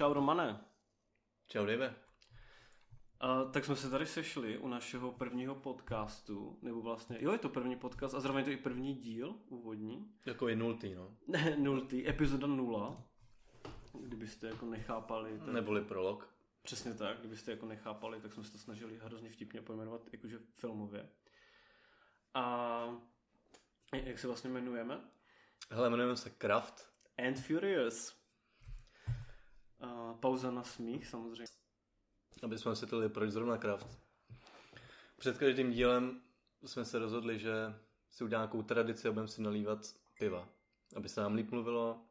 Čau Romane. Čau Dave. Tak jsme se tady sešli u našeho prvního podcastu, nebo vlastně, jo, je to první podcast a zároveň to i první díl, úvodní. Jako je nultý, no. Nultý, epizoda 0, kdybyste jako nechápali. Tak... Neboli prolog. Přesně tak, kdybyste jako nechápali, tak jsme se to snažili hrozně vtipně pojmenovat, jakože filmově. A jak se vlastně jmenujeme? Hele, jmenujeme se Kraft. And Furious. Pauza na smích, samozřejmě. Aby jsme vysvětlili, proč zrovna Kraft. Před každým dílem jsme se rozhodli, že si uděláme nějakou tradici a budeme si nalívat piva. Aby se nám líp mluvilo,